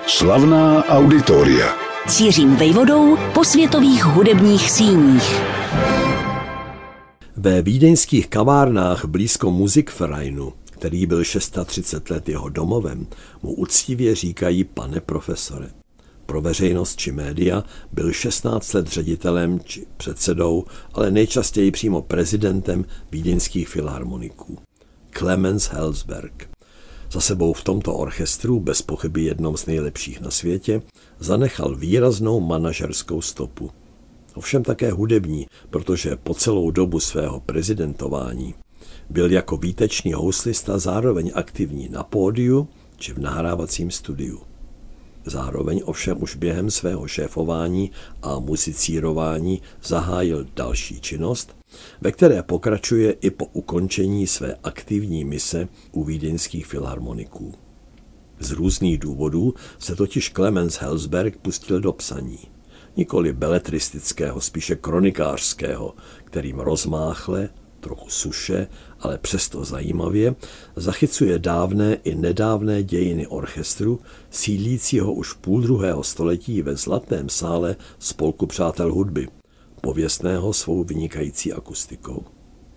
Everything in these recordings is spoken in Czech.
Slavná auditoria. Cířím vejvodou po světových hudebních síních. Ve vídeňských kavárnách blízko Musikvereinu, který byl 630 let jeho domovem, mu uctivě říkají pane profesore. Pro veřejnost či média byl 16 let ředitelem či předsedou, ale nejčastěji přímo prezidentem vídeňských filharmoniků. Clemens Helsberg. Za sebou v tomto orchestru, bez pochyby jednom z nejlepších na světě, zanechal výraznou manažerskou stopu. Ovšem také hudební, protože po celou dobu svého prezidentování byl jako výtečný houslista zároveň aktivní na pódiu či v nahrávacím studiu. Zároveň ovšem už během svého šéfování a muzicírování zahájil další činnost, ve které pokračuje i po ukončení své aktivní mise u vídeňských filharmoniků. Z různých důvodů se totiž Clemens Helsberg pustil do psaní. Nikoli beletristického, spíše kronikářského, kterým rozmáchle, trochu suše, ale přesto zajímavě, zachycuje dávné i nedávné dějiny orchestru, sídlícího už v půl druhého století ve Zlatém sále Spolku přátel hudby, pověstného svou vynikající akustikou.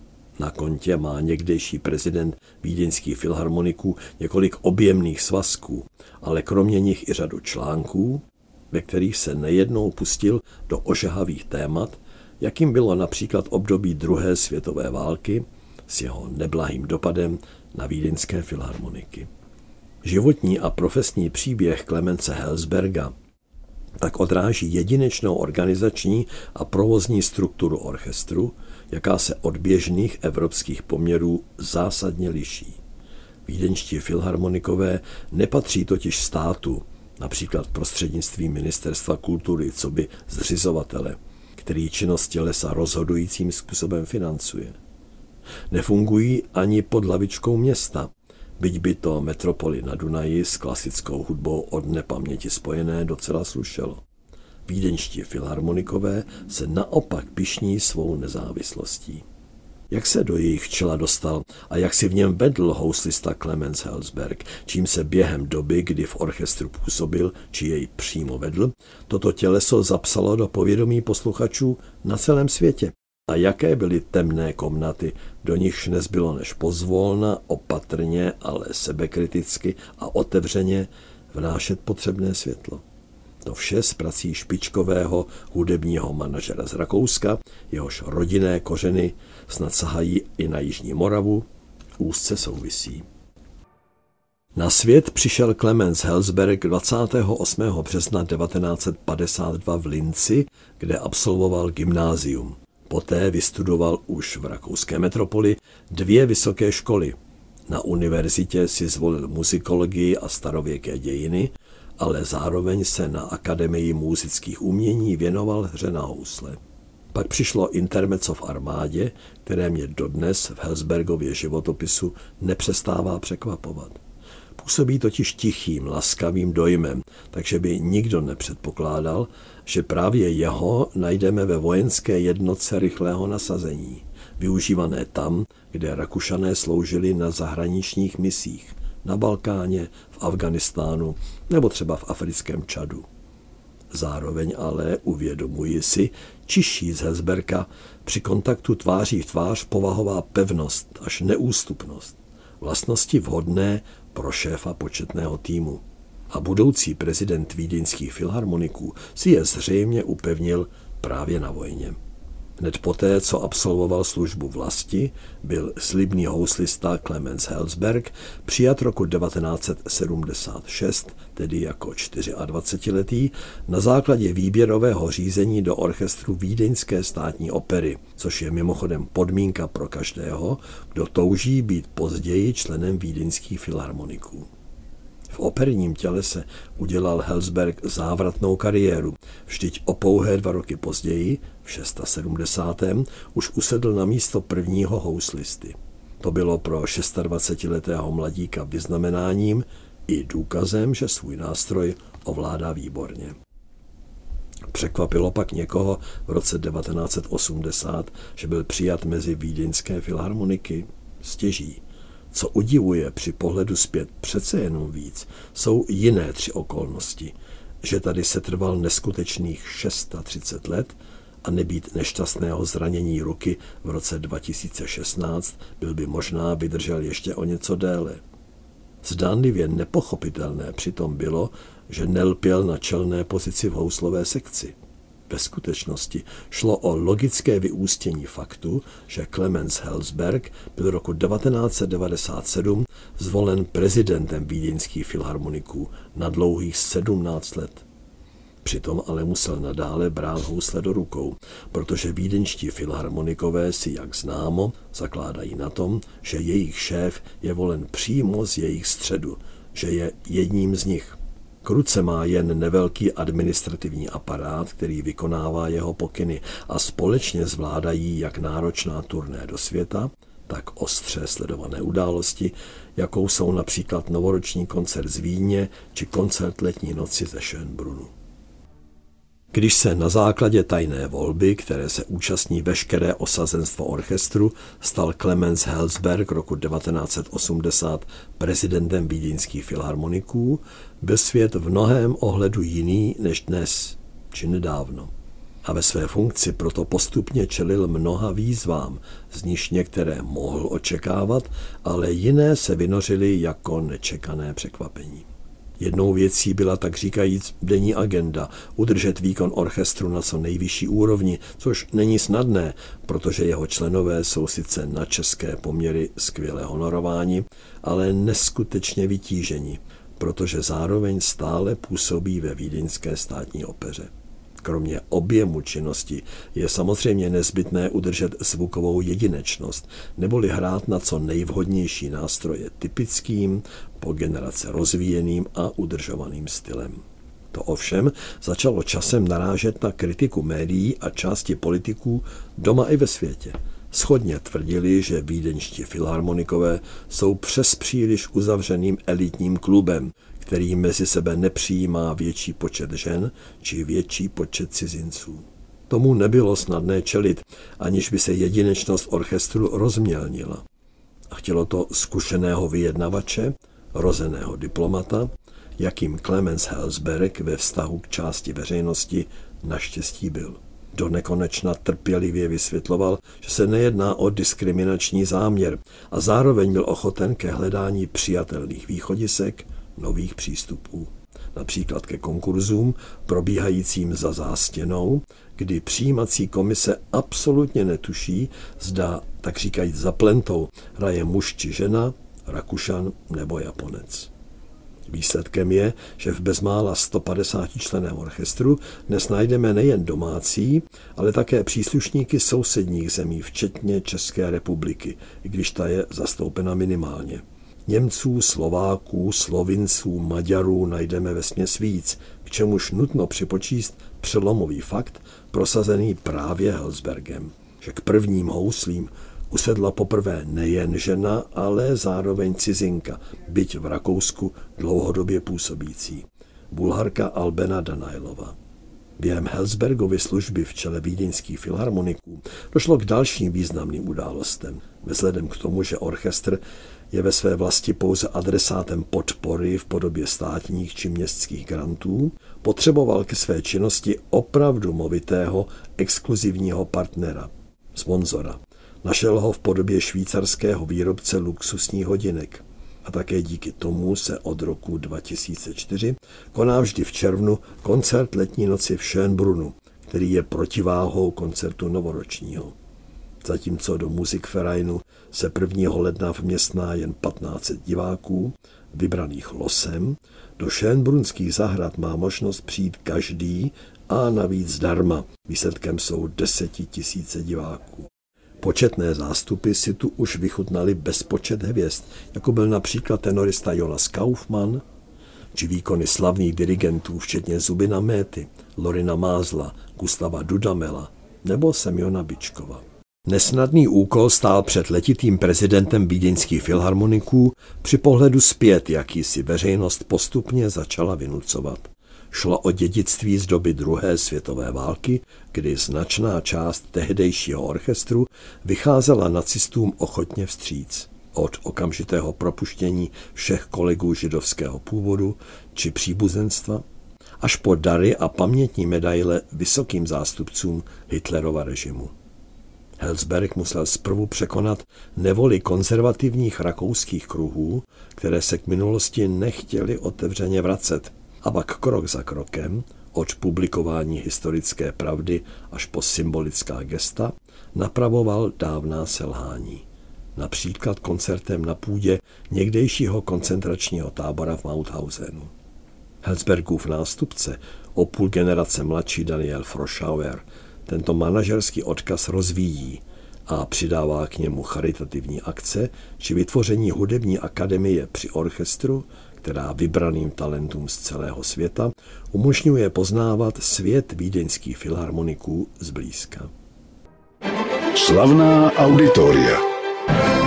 Na kontě má někdejší prezident vídeňských filharmoniků několik objemných svazků, ale kromě nich i řadu článků, ve kterých se nejednou pustil do ožehavých témat, jakým bylo například období druhé světové války s jeho neblahým dopadem na vídeňské filharmoniky. Životní a profesní příběh Clemence Helsberga tak odráží jedinečnou organizační a provozní strukturu orchestru, jaká se od běžných evropských poměrů zásadně liší. Vídeňští filharmonikové nepatří totiž státu, například prostřednictvím Ministerstva kultury coby zřizovatele, který činnost tělesa rozhodujícím způsobem financuje. Nefungují ani pod hlavičkou města, byť by to metropoli na Dunaji s klasickou hudbou od nepaměti spojené docela slušelo. Vídeňští filharmonikové se naopak pyšní svou nezávislostí. Jak se do jejich čela dostal a jak si v něm vedl houslista Clemens Helsberg, čím se během doby, kdy v orchestru působil, či jej přímo vedl, toto těleso zapsalo do povědomí posluchačů na celém světě. A jaké byly temné komnaty, do nichž nezbylo než pozvolna, opatrně, ale sebekriticky a otevřeně vnášet potřebné světlo. To vše s prací špičkového hudebního manažera z Rakouska, jehož rodinné kořeny snad sahají i na Jižní Moravu, úzce souvisí. Na svět přišel Clemens Helsberg 28. března 1952 v Linci, kde absolvoval gymnázium. Poté vystudoval už v rakouské metropoli 2 vysoké školy. Na univerzitě si zvolil muzikologii a starověké dějiny, ale zároveň se na Akademii múzických umění věnoval hře na housle. Pak přišlo intermezzo v armádě, které mě dodnes v Helsbergově životopisu nepřestává překvapovat. Působí totiž tichým, laskavým dojmem, takže by nikdo nepředpokládal, že právě jeho najdeme ve vojenské jednotce rychlého nasazení, využívané tam, kde Rakušané sloužili na zahraničních misích, na Balkáně, v Afghánistánu nebo třeba v africkém Čadu. Zároveň ale, uvědomuji si, čiší z Helsberga při kontaktu tváří v tvář povahová pevnost až neústupnost, vlastnosti vhodné pro šéfa početného týmu. A budoucí prezident vídeňských filharmoniků si je zřejmě upevnil právě na vojně. Hned poté, co absolvoval službu vlasti, byl slibný houslista Clemens Helsberg přijat roku 1976, tedy jako 24letý, na základě výběrového řízení do orchestru Vídeňské státní opery, což je mimochodem podmínka pro každého, kdo touží být později členem vídeňských filharmoniků. V operním tělese udělal Helsberg závratnou kariéru, vždyť o pouhé 2 roky později, v 76. už usedl na místo prvního houslisty. To bylo pro 26letého mladíka vyznamenáním i důkazem, že svůj nástroj ovládá výborně. Překvapilo pak někoho v roce 1980, že byl přijat mezi vídeňské filharmoniky? Stěží. Co udivuje při pohledu zpět přece jenom víc, jsou jiné 3 okolnosti. Že tady se trval neskutečných 630 let a nebýt nešťastného zranění ruky v roce 2016, byl by možná vydržel ještě o něco déle. Zdánlivě nepochopitelné přitom bylo, že nelpěl na čelné pozici v houslové sekci. Ve skutečnosti šlo o logické vyústění faktu, že Clemens Helsberg byl roku 1997 zvolen prezidentem vídeňských filharmoniků na dlouhých 17 let. Přitom ale musel nadále brát housle do rukou, protože vídeňští filharmonikové si, jak známo, zakládají na tom, že jejich šéf je volen přímo z jejich středu, že je jedním z nich. K ruce má jen nevelký administrativní aparát, který vykonává jeho pokyny a společně zvládají jak náročná turné do světa, tak ostře sledované události, jakou jsou například novoroční koncert z Vídně či koncert letní noci ze Schönbrunnu. Když se na základě tajné volby, které se účastní veškeré osazenstvo orchestru, stal Clemens Helsberg roku 1980 prezidentem vídeňských filharmoniků, byl svět v mnohém ohledu jiný než dnes či nedávno. A ve své funkci proto postupně čelil mnoha výzvám, z nichž některé mohl očekávat, ale jiné se vynořily jako nečekané překvapení. Jednou věcí byla tak říkajíc denní agenda, udržet výkon orchestru na co nejvyšší úrovni, což není snadné, protože jeho členové jsou sice na české poměry skvěle honorováni, ale neskutečně vytíženi, protože zároveň stále působí ve vídeňské státní opeře. Kromě objemu činnosti je samozřejmě nezbytné udržet zvukovou jedinečnost, neboli hrát na co nejvhodnější nástroje typickým, po generace rozvíjeným a udržovaným stylem. To ovšem začalo časem narážet na kritiku médií a části politiků doma i ve světě. Shodně tvrdili, že vídeňští filharmonikové jsou přespříliš uzavřeným elitním klubem, který mezi sebe nepřijímá větší počet žen či větší počet cizinců. Tomu nebylo snadné čelit, aniž by se jedinečnost orchestru rozmělnila. A chtělo to zkušeného vyjednavače, rozeného diplomata, jakým Clemens Helsberg ve vztahu k části veřejnosti naštěstí byl. Do nekonečna trpělivě vysvětloval, že se nejedná o diskriminační záměr a zároveň byl ochoten ke hledání přijatelných východisek, nových přístupů. Například ke konkurzům probíhajícím za zástěnou, kdy přijímací komise absolutně netuší, zda, tak říkajíc za plentou, hraje muž či žena, Rakušan nebo Japonec. Výsledkem je, že v bezmála 150 členném orchestru dnes najdeme nejen domácí, ale také příslušníky sousedních zemí, včetně České republiky, i když ta je zastoupena minimálně. Němců, Slováků, Slovinců, Maďarů najdeme vesměs víc, k čemuž nutno připočíst přelomový fakt prosazený právě Helsbergem, že k prvním houslím usedla poprvé nejen žena, ale zároveň cizinka, byť v Rakousku dlouhodobě působící, Bulharka Albena Danajlova. Během Helsbergovy služby v čele vídeňských filharmoniků došlo k dalším významným událostem. Vzhledem k tomu, že orchestr je ve své vlasti pouze adresátem podpory v podobě státních či městských grantů, potřeboval ke své činnosti opravdu movitého exkluzivního partnera, sponzora. Našel ho v podobě švýcarského výrobce luxusních hodinek. A také díky tomu se od roku 2004 koná vždy v červnu koncert letní noci v Schönbrunnu, který je protiváhou koncertu novoročního. Zatímco do Musikvereinu se 1. ledna vměstná jen 1500 diváků, vybraných losem, do Schönbrunských zahrad má možnost přijít každý a navíc zdarma. Výsledkem jsou 10 000 diváků. Početné zástupy si tu už vychutnali bezpočet hvězd, jako byl například tenorista Jonas Kaufmann, či výkony slavných dirigentů, včetně Zubina Méty, Lorina Mázla, Gustava Dudamela nebo Semjona Byčkova. Nesnadný úkol stál před letitým prezidentem vídeňských filharmoniků při pohledu zpět, jaký si veřejnost postupně začala vynucovat. Šlo o dědictví z doby druhé světové války, kdy značná část tehdejšího orchestru vycházela nacistům ochotně vstříc. od okamžitého propuštění všech kolegů židovského původu či příbuzenstva, až po dary a pamětní medaile vysokým zástupcům Hitlerova režimu. Herzberg musel zprvu překonat nevoli konzervativních rakouských kruhů, které se k minulosti nechtěli otevřeně vracet, a pak krok za krokem, od publikování historické pravdy až po symbolická gesta, napravoval dávná selhání. Například koncertem na půdě někdejšího koncentračního tábora v Mauthausenu. Herzbergův nástupce, o půl generace mladší Daniel Froschauer, tento manažerský odkaz rozvíjí a přidává k němu charitativní akce či vytvoření hudební akademie při orchestru, která vybraným talentům z celého světa umožňuje poznávat svět vídeňských filharmoniků zblízka. Slavná auditoria.